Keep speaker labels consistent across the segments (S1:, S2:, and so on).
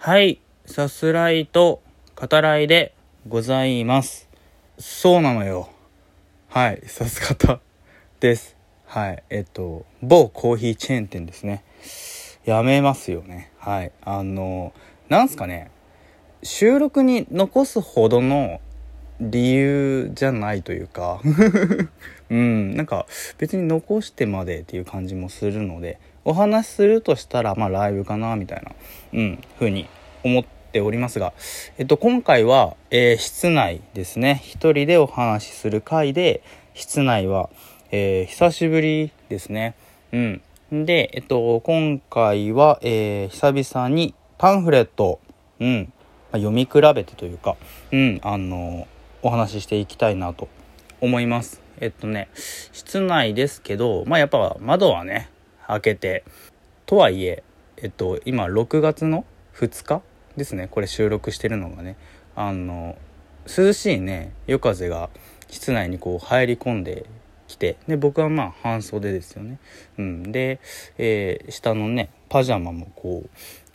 S1: はい、さすらいと語らいでございます。そうなのよ。はい、さす方です。はい、某コーヒーチェーン店ですね。やめますよね。はい、なんすかね、収録に残すほどの理由じゃないというかなんか別に残してまでっていう感じもするので、お話しするとしたらライブかなみたいな風に思っておりますが、今回は、室内ですね。一人でお話しする回で、室内は、久しぶりですね。で、今回は、久々にパンフレット、読み比べてというか、お話ししていきたいなと思います。室内ですけど、やっぱ窓はね開けて、とはいえ今6月の2日ですね。これ収録してるのがね、涼しいね夜風が室内にこう入り込んできて、で僕は半袖ですよね。で、下のねパジャマもこう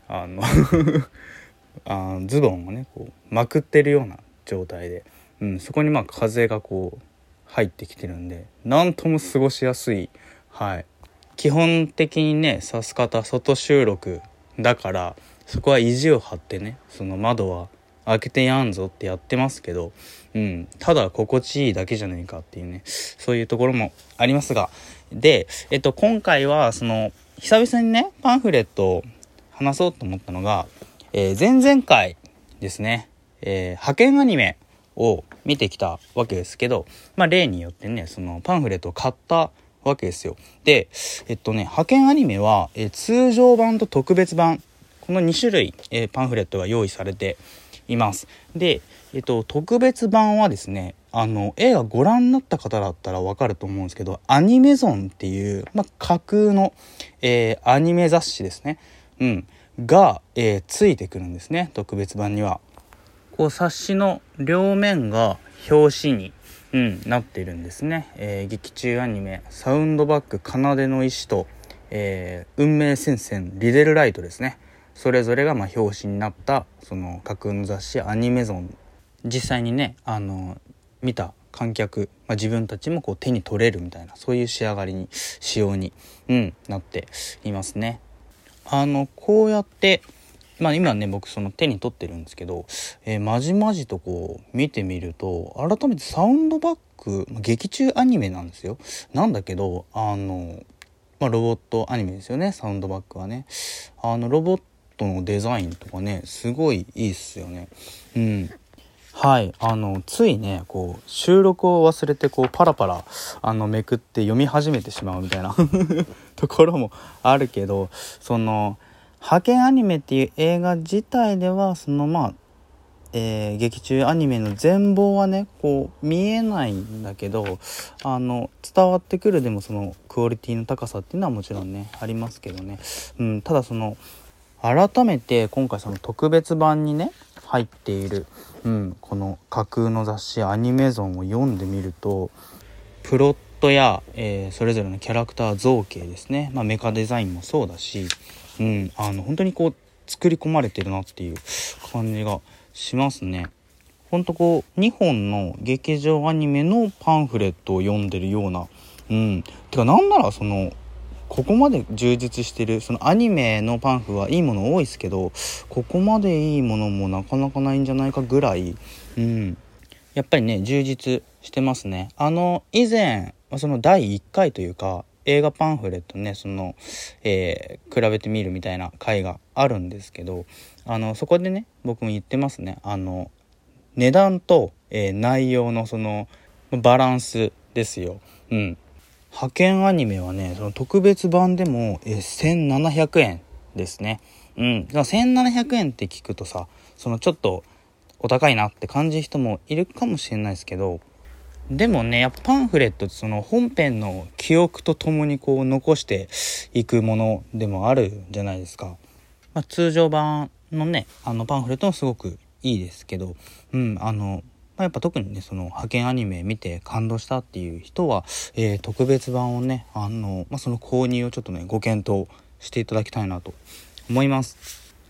S1: ズボンをねこうまくってるような状態で、そこに風がこう入ってきてるんで、なんとも過ごしやすい。基本的にねさす方外収録だから、そこは意地を張ってね、その窓は開けてやんぞってやってますけど、ただ心地いいだけじゃないかっていうね、そういうところもありますが、で、今回はその久々にねパンフレットを話そうと思ったのが、前々回ですね、派遣アニメを見てきたわけですけど、例によってねそのパンフレットを買ったわけですよ。で、派遣アニメは、通常版と特別版、この2種類、パンフレットが用意されています。で、特別版はですね、映画ご覧になった方だったらわかると思うんですけど、アニメゾンっていう、架空の、アニメ雑誌ですね、が、ついてくるんですね。特別版にはこう冊子の両面が表紙に、なっているんですね。劇中アニメサウンドバック奏の石と、運命戦線リデルライトですね、それぞれが表紙になったその架空の雑誌アニメゾン、実際にね見た観客、自分たちもこう手に取れるみたいな、そういう仕様に、なっていますね。こうやって今ね僕その手に取ってるんですけど、まじまじとこう見てみると、改めてサウンドバック、劇中アニメなんですよ。なんだけどロボットアニメですよね、サウンドバックはね。ロボットのデザインとかねすごいいいっすよね。はい、ついねこう収録を忘れてこうパラパラめくって読み始めてしまうみたいなところもあるけど、その派遣アニメっていう映画自体ではその劇中アニメの全貌はねこう見えないんだけど、伝わってくるでもそのクオリティの高さっていうのはもちろんねありますけどね。ただその改めて今回その特別版にね入っている、この架空の雑誌アニメゾンを読んでみると、プロットや、それぞれのキャラクター造形ですね、メカデザインもそうだし、本当にこう作り込まれてるなっていう感じがしますね。ほんとこう2本の劇場アニメのパンフレットを読んでるような、てかなんならそのここまで充実してるそのアニメのパンフはいいもの多いですけど、ここまでいいものもなかなかないんじゃないかぐらい、やっぱりね充実してますね。以前その第1回というか映画パンフレットねその、比べてみるみたいな回があるんですけど、そこでね僕も言ってますね。値段と、内容のそのバランスですよ。派遣アニメはねその特別版でも、1700円ですね。1700円って聞くとさ、そのちょっとお高いなって感じる人もいるかもしれないですけど、でもねやっぱパンフレットってその本編の記憶とともにこう残していくものでもあるじゃないですか。通常版のねパンフレットもすごくいいですけど、やっぱ特にねその派遣アニメ見て感動したっていう人は、特別版をねその購入をちょっとねご検討していただきたいなと思います。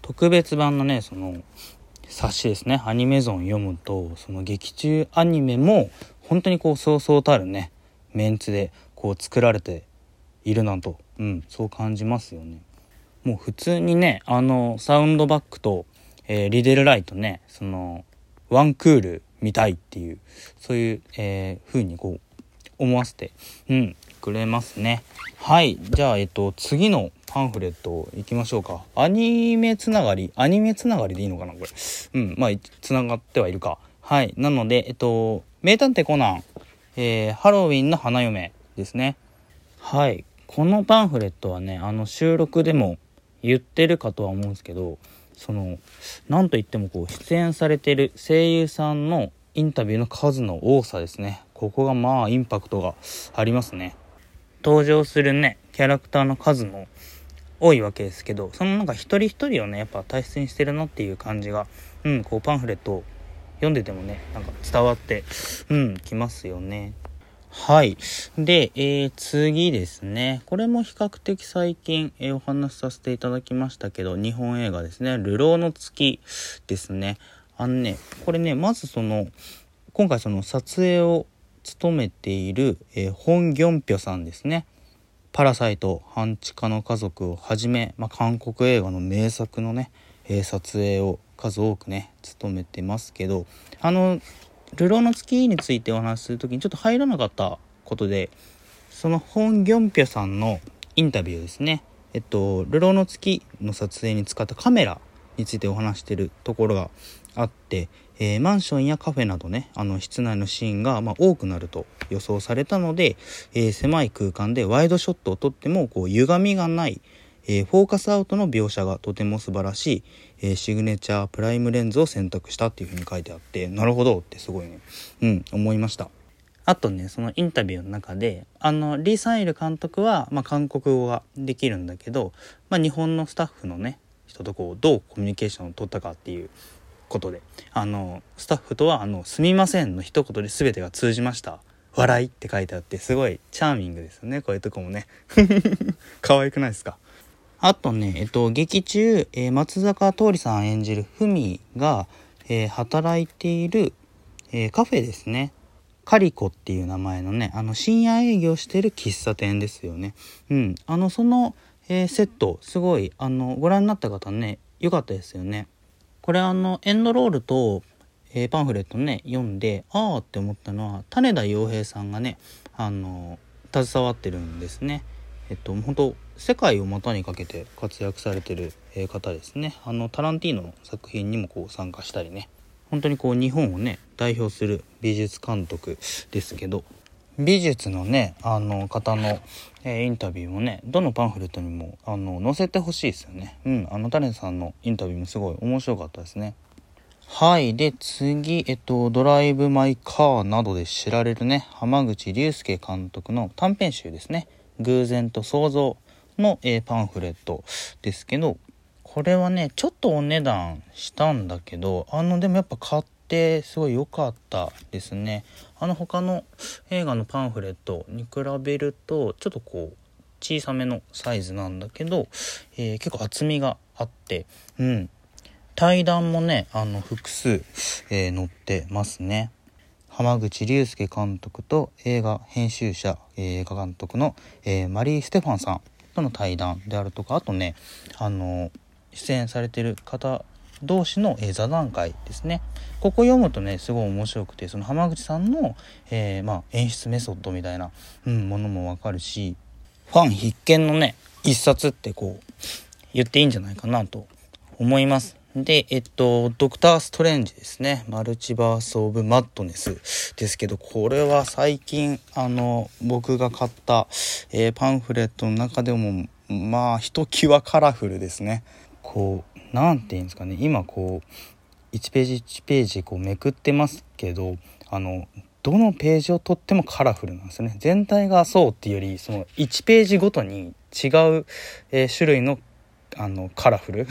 S1: 特別版のねその冊子ですね、アニメゾン読むと、その劇中アニメも本当にこうそうそうたるねメンツでこう作られているなと、そう感じますよね。もう普通にねサウンドバックと、リデルライトね、そのワンクール見たいっていう、そういう、風にこう思わせてくれますね。はい、じゃあ次のパンフレットいきましょうか。アニメつながりでいいのかなこれ。まあつながってはいるか。はい、なので名探偵コナン、ハロウィンの花嫁ですね。はい、このパンフレットはね収録でも言ってるかとは思うんですけど、そのなんといってもこう出演されてる声優さんのインタビューの数の多さですね。ここがまあインパクトがありますね。登場するねキャラクターの数も多いわけですけど、そのなんか一人一人をねやっぱ大切にしてるなっていう感じがこうパンフレットを読んでてもねなんか伝わってきますよね。はい。で、次ですね。これも比較的最近、お話しさせていただきましたけど、日本映画ですね。流浪の月ですね。これね、まず今回その撮影を務めている、ホン・ギョンピョさんですね。パラサイト、半地下の家族をはじめ、韓国映画の名作のね、撮影を数多くね、務めてますけど、流浪の月についてお話しするときにちょっと入らなかったことで、そのホン・ギョンピョさんのインタビューですね。流浪の月の撮影に使ったカメラについてお話しているところがあって、マンションやカフェなどね室内のシーンが多くなると予想されたので、狭い空間でワイドショットを撮ってもこう歪みがない、フォーカスアウトの描写がとても素晴らしい、シグネチャープライムレンズを選択したっていう風に書いてあって、なるほどってすごいね思いました。あとねそのインタビューの中でリ・サンイル監督は、韓国語ができるんだけど、日本のスタッフのね人とこうどうコミュニケーションを取ったかっていうことでスタッフとはすみませんの一言で全てが通じました、笑いって書いてあって、すごいチャーミングですよね。こういうとこもね可愛くないですか。あとね、劇中、松坂桃李さん演じるふみが、働いている、カフェですね。カリコっていう名前のね、深夜営業している喫茶店ですよね。その、セット、すごい、ご覧になった方ね、良かったですよね。これエンドロールと、パンフレットね、読んで、あーって思ったのは、種田洋平さんがね、携わってるんですね。本当世界を股にかけて活躍されてる方ですね。タランティーノの作品にもこう参加したりね、本当にこう日本をね代表する美術監督ですけど、美術のね方の、インタビューもねどのパンフレットにも載せてほしいですよね。タレンさんのインタビューもすごい面白かったですね。はい。で次ドライブ・マイ・カーなどで知られるね濱口竜介監督の短編集ですね、偶然と想像の、パンフレットですけど、これはねちょっとお値段したんだけどでもやっぱ買ってすごい良かったですね。他の映画のパンフレットに比べるとちょっとこう小さめのサイズなんだけど、結構厚みがあって対談もね複数、載ってますね。濱口竜介監督と映画編集者、映画監督の、マリー・ステファンさんとの対談であるとか、あとね出演されている方同士の、座談会ですね。ここ読むとねすごい面白くて、その濱口さんの、演出メソッドみたいな、ものもわかるし、ファン必見のね一冊ってこう言っていいんじゃないかなと思います。で、ドクターストレンジですね。マルチバースオブマッドネスですけど、これは最近、僕が買った、パンフレットの中でも、ひときわカラフルですね。こう、なんていうんですかね。今、こう、1ページ1ページこうめくってますけど、どのページを取ってもカラフルなんですよね。全体がそうっていうより、その1ページごとに違う、種類のカラフル、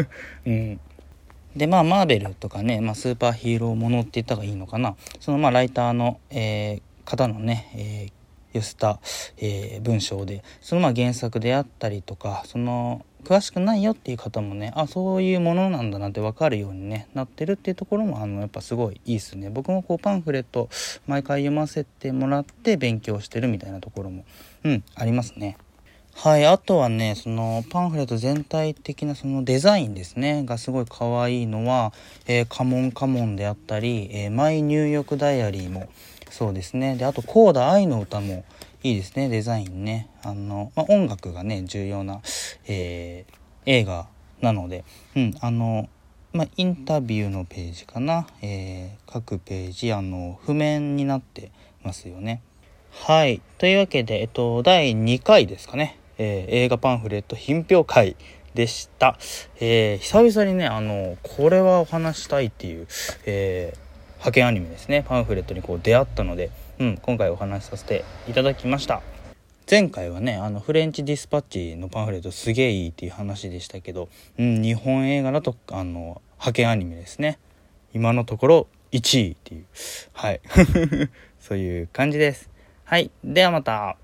S1: でマーベルとかね、スーパーヒーローものって言った方がいいのかな。そのライターの、方のね、 寄せた、文章で、その原作であったりとか、その詳しくないよっていう方もね、そういうものなんだなって分かるようにねなってるっていうところもやっぱすごいいいですね。僕もパンフレット毎回読ませてもらって勉強してるみたいなところもありますね。はい、あとはね、そのパンフレット全体的なそのデザインですねがすごい可愛いのは、カモンカモンであったり、マイ入浴ダイアリーもそうですね。で、あとコーダ愛の歌もいいですね、デザインね。音楽がね重要な、映画なので、インタビューのページかな、各ページ譜面になってますよね。はい、というわけで、第2回ですかね、映画パンフレット品評会でした。久々にねこれはお話したいっていう、派遣アニメですね、パンフレットに出会ったので、今回お話しさせていただきました。前回はねフレンチディスパッチのパンフレットすげえいいっていう話でしたけど、日本映画だと派遣アニメですね、今のところ1位っていう、はいそういう感じです。はい、ではまた。